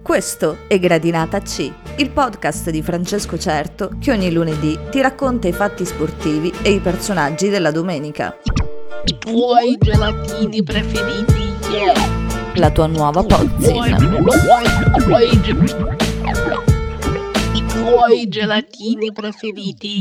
Questo è Gradinata C, il podcast di Francesco Certo che ogni lunedì ti racconta i fatti sportivi e i personaggi della domenica. I tuoi gelatini preferiti, La tua nuova pozzina. I tuoi gelatini preferiti.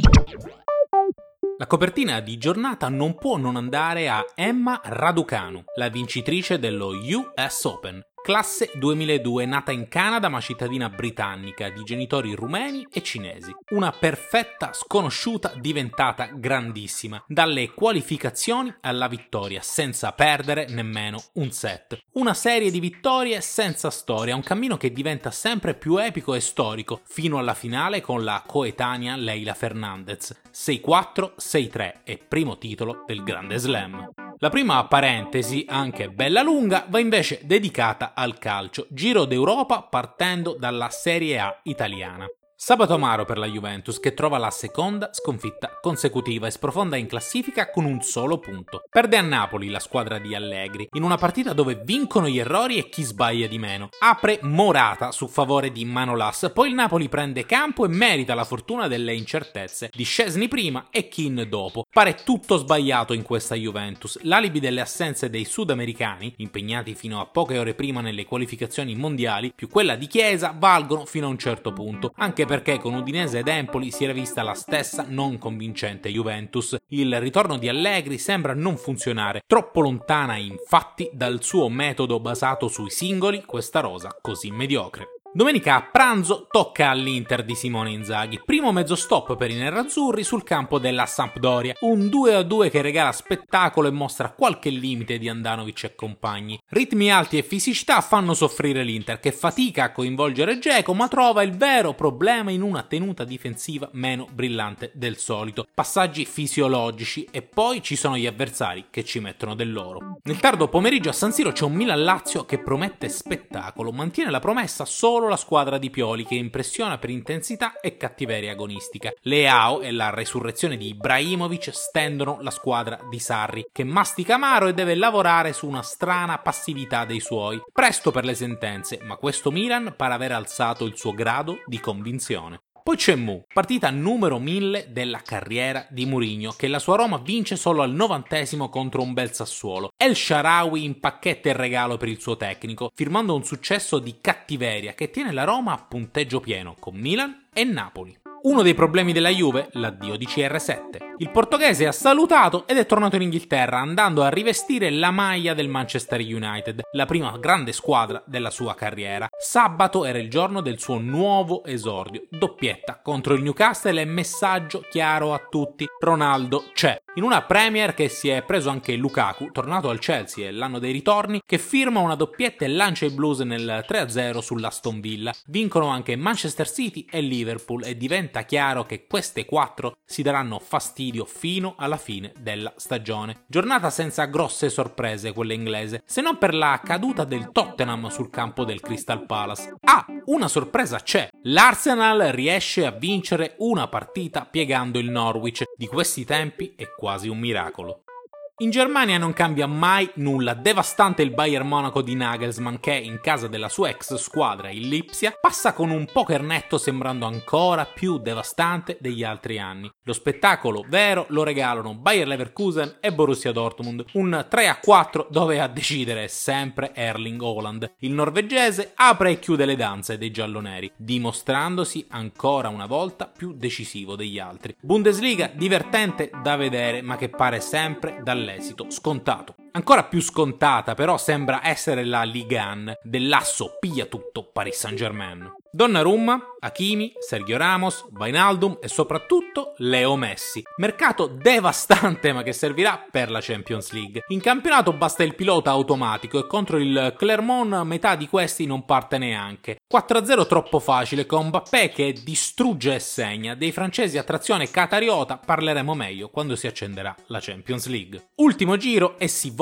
La copertina di giornata non può non andare a Emma Raducanu, la vincitrice dello US Open. Classe 2002, nata in Canada ma cittadina britannica, di genitori rumeni e cinesi. Una perfetta sconosciuta diventata grandissima, dalle qualificazioni alla vittoria, senza perdere nemmeno un set. Una serie di vittorie senza storia, un cammino che diventa sempre più epico e storico, fino alla finale con la coetanea Leylah Fernandez. 6-4, 6-3 e primo titolo del Grande Slam. La prima parentesi, anche bella lunga, va invece dedicata al calcio, Giro d'Europa partendo dalla Serie A italiana. Sabato amaro per la Juventus, che trova la seconda sconfitta consecutiva e sprofonda in classifica con un solo punto. Perde a Napoli la squadra di Allegri, in una partita dove vincono gli errori e chi sbaglia di meno. Apre Morata su favore di Manolas, poi il Napoli prende campo e merita la fortuna delle incertezze di Szczesny prima e Kean dopo. Pare tutto sbagliato in questa Juventus. L'alibi delle assenze dei sudamericani, impegnati fino a poche ore prima nelle qualificazioni mondiali, più quella di Chiesa, valgono fino a un certo punto, anche perché con Udinese ed Empoli si era vista la stessa non convincente Juventus. Il ritorno di Allegri sembra non funzionare, troppo lontana infatti dal suo metodo basato sui singoli questa rosa così mediocre. Domenica a pranzo tocca all'Inter di Simone Inzaghi, primo mezzo stop per i nerazzurri sul campo della Sampdoria, un 2-2 che regala spettacolo e mostra qualche limite di Andanovic e compagni. Ritmi alti e fisicità fanno soffrire l'Inter, che fatica a coinvolgere Dzeko ma trova il vero problema in una tenuta difensiva meno brillante del solito, passaggi fisiologici e poi ci sono gli avversari che ci mettono del loro. Nel tardo pomeriggio a San Siro c'è un Milan-Lazio che promette spettacolo, mantiene la promessa solo la squadra di Pioli che impressiona per intensità e cattiveria agonistica. Leao e la resurrezione di Ibrahimovic stendono la squadra di Sarri, che mastica amaro e deve lavorare su una strana passività dei suoi. Presto per le sentenze, ma questo Milan pare aver alzato il suo grado di convinzione. Poi c'è Mu, partita numero 1000 della carriera di Mourinho, che la sua Roma vince solo al 90° contro un bel Sassuolo. El Shaarawy impacchetta il regalo per il suo tecnico, firmando un successo di cattiveria che tiene la Roma a punteggio pieno con Milan e Napoli. Uno dei problemi della Juve, l'addio di CR7. Il portoghese ha salutato ed è tornato in Inghilterra, andando a rivestire la maglia del Manchester United, la prima grande squadra della sua carriera. Sabato era il giorno del suo nuovo esordio, doppietta contro il Newcastle e messaggio chiaro a tutti: Ronaldo c'è. In una Premier che si è preso anche Lukaku, tornato al Chelsea, è l'anno dei ritorni, che firma una doppietta e lancia i Blues nel 3-0 sull'Aston Villa. Vincono anche Manchester City e Liverpool e diventa chiaro che queste 4 si daranno fastidio fino alla fine della stagione. Giornata senza grosse sorprese quella inglese, se non per la caduta del Tottenham sul campo del Crystal Palace. Una sorpresa c'è! L'Arsenal riesce a vincere una partita piegando il Norwich. Di questi tempi è quasi un miracolo. In Germania non cambia mai nulla, devastante il Bayern Monaco di Nagelsmann che, in casa della sua ex squadra, il Lipsia, passa con un poker netto sembrando ancora più devastante degli altri anni. Lo spettacolo vero lo regalano Bayer Leverkusen e Borussia Dortmund, un 3-4 dove a decidere è sempre Erling Haaland. Il norvegese apre e chiude le danze dei gialloneri, dimostrandosi ancora una volta più decisivo degli altri. Bundesliga divertente da vedere ma che pare sempre dall'esito scontato. Ancora più scontata però sembra essere la Ligue 1 dell'asso piglia tutto Paris Saint-Germain. Donnarumma, Hakimi, Sergio Ramos, Wijnaldum e soprattutto Leo Messi. Mercato devastante ma che servirà per la Champions League. In campionato basta il pilota automatico e contro il Clermont metà di questi non parte neanche. 4-0 troppo facile con Mbappé che distrugge e segna. Dei francesi a trazione catariota parleremo meglio quando si accenderà la Champions League. Ultimo giro e si vola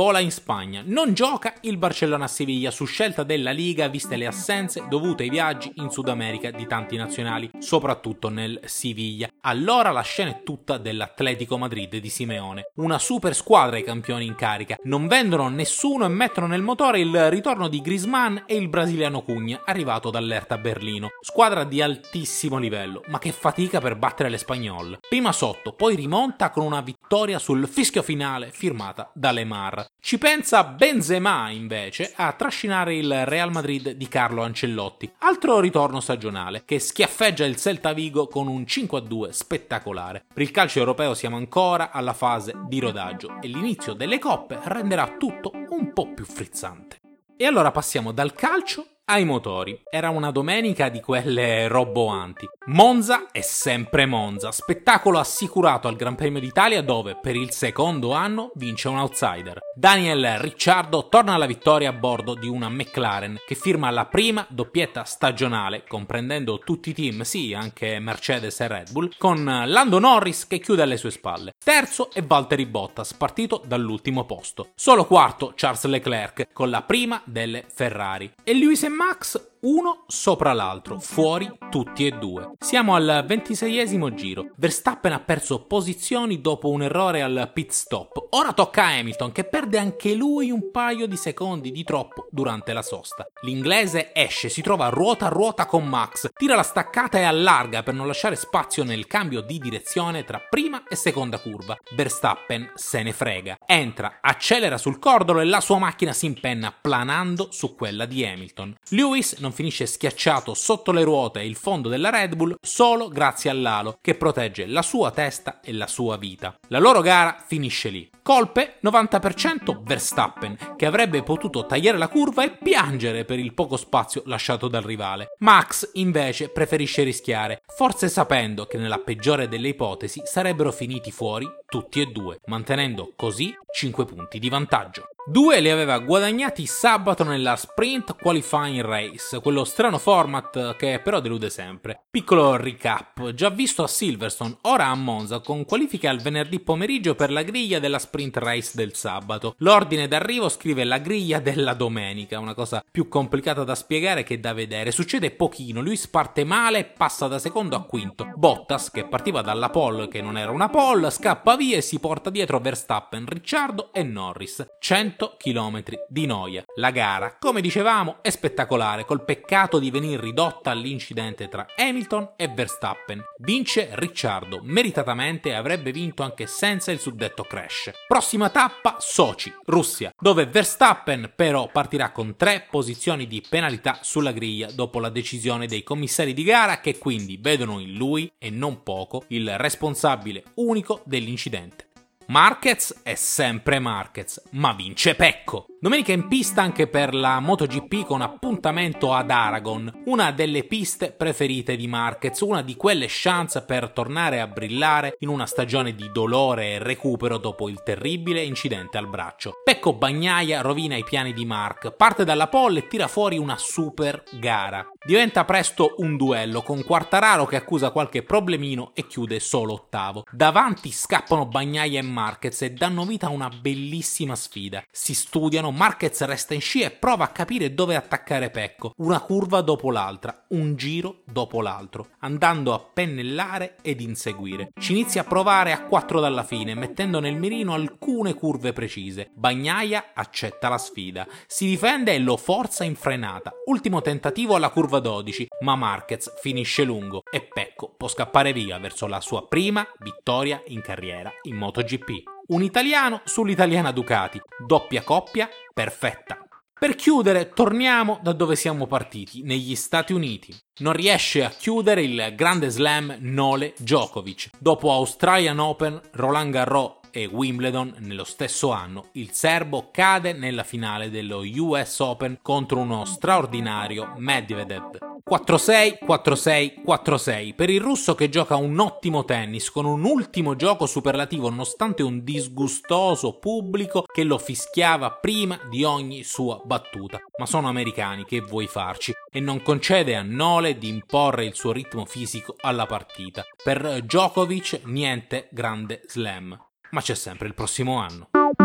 vola in Spagna. Non gioca il Barcellona a Siviglia su scelta della Liga, viste le assenze dovute ai viaggi in Sud America di tanti nazionali, soprattutto nel Siviglia. Allora la scena è tutta dell'Atletico Madrid di Simeone, una super squadra ai campioni in carica. Non vendono nessuno e mettono nel motore il ritorno di Griezmann e il brasiliano Cugna, arrivato dall'Hertha Berlino. Squadra di altissimo livello, ma che fatica per battere l'Espanyol. Prima sotto, poi rimonta con una vittoria sul fischio finale firmata da Lemar. Ci pensa Benzema invece a trascinare il Real Madrid di Carlo Ancelotti, altro ritorno stagionale che schiaffeggia il Celta Vigo con un 5-2 spettacolare. Per il calcio europeo siamo ancora alla fase di rodaggio e l'inizio delle coppe renderà tutto un po' più frizzante. E allora passiamo dal calcio ai motori. Era una domenica di quelle roboanti. Monza è sempre Monza, spettacolo assicurato al Gran Premio d'Italia dove per il secondo anno vince un outsider. Daniel Ricciardo torna alla vittoria a bordo di una McLaren che firma la prima doppietta stagionale comprendendo tutti i team, sì anche Mercedes e Red Bull, con Lando Norris che chiude alle sue spalle. Terzo è Valtteri Bottas, partito dall'ultimo posto. Solo quarto Charles Leclerc con la prima delle Ferrari. E Lewis e Max uno sopra l'altro, fuori tutti e due. Siamo al 26esimo giro. Verstappen ha perso posizioni dopo un errore al pit stop. Ora tocca a Hamilton che perde anche lui un paio di secondi di troppo durante la sosta. L'inglese esce, si trova ruota a ruota con Max, tira la staccata e allarga per non lasciare spazio nel cambio di direzione tra prima e seconda curva. Verstappen se ne frega. Entra, accelera sul cordolo e la sua macchina si impenna planando su quella di Hamilton. Lewis non finisce schiacciato sotto le ruote e il fondo della Red Bull solo grazie all'alo che protegge la sua testa e la sua vita. La loro gara finisce lì. Colpe 90% Verstappen, che avrebbe potuto tagliare la curva e piangere per il poco spazio lasciato dal rivale. Max invece preferisce rischiare, forse sapendo che nella peggiore delle ipotesi sarebbero finiti fuori tutti e due, mantenendo così 5 punti di vantaggio. 2 li aveva guadagnati sabato nella Sprint Qualifying Race, quello strano format che però delude sempre. Piccolo recap, già visto a Silverstone, ora a Monza, con qualifiche al venerdì pomeriggio per la griglia della Sprint Race del sabato. L'ordine d'arrivo scrive la griglia della domenica, una cosa più complicata da spiegare che da vedere. Succede pochino, Lewis parte male e passa da secondo a quinto. Bottas, che partiva dalla pole che non era una pole, scappa via e si porta dietro Verstappen, Ricciardo e Norris. 100 km di noia. La gara, come dicevamo, è spettacolare, col peccato di venir ridotta all'incidente tra Hamilton e Verstappen. Vince Ricciardo, meritatamente, e avrebbe vinto anche senza il suddetto crash. Prossima tappa, Sochi, Russia, dove Verstappen però partirà con 3 posizioni di penalità sulla griglia dopo la decisione dei commissari di gara che quindi vedono in lui, e non poco, il responsabile unico dell'incidente. Marquez è sempre Marquez, ma vince Pecco. Domenica in pista anche per la MotoGP con appuntamento ad Aragon, una delle piste preferite di Marquez, una di quelle chance per tornare a brillare in una stagione di dolore e recupero dopo il terribile incidente al braccio. Pecco Bagnaia rovina i piani di Marc, parte dalla pole e tira fuori una super gara. Diventa presto un duello con Quartararo che accusa qualche problemino e chiude solo ottavo. Davanti scappano Bagnaia e Marquez e danno vita a una bellissima sfida. Si studiano, Marquez resta in scia e prova a capire dove attaccare Pecco, una curva dopo l'altra, un giro dopo l'altro, andando a pennellare ed inseguire. Ci inizia a provare a 4 dalla fine, mettendo nel mirino alcune curve precise. Bagnaia accetta la sfida, si difende e lo forza in frenata. Ultimo tentativo alla curva 12, ma Marquez finisce lungo e Pecco può scappare via verso la sua prima vittoria in carriera in MotoGP. Un italiano sull'italiana Ducati, doppia coppia perfetta. Per chiudere, torniamo da dove siamo partiti, negli Stati Uniti. Non riesce a chiudere il grande slam Nole Djokovic. Dopo Australian Open, Roland Garros e Wimbledon nello stesso anno, il serbo cade nella finale dello US Open contro uno straordinario Medvedev. 4-6, 4-6, 4-6 per il russo che gioca un ottimo tennis con un ultimo gioco superlativo nonostante un disgustoso pubblico che lo fischiava prima di ogni sua battuta. Ma sono americani, che vuoi farci? E non concede a Nole di imporre il suo ritmo fisico alla partita. Per Djokovic niente grande slam, ma c'è sempre il prossimo anno.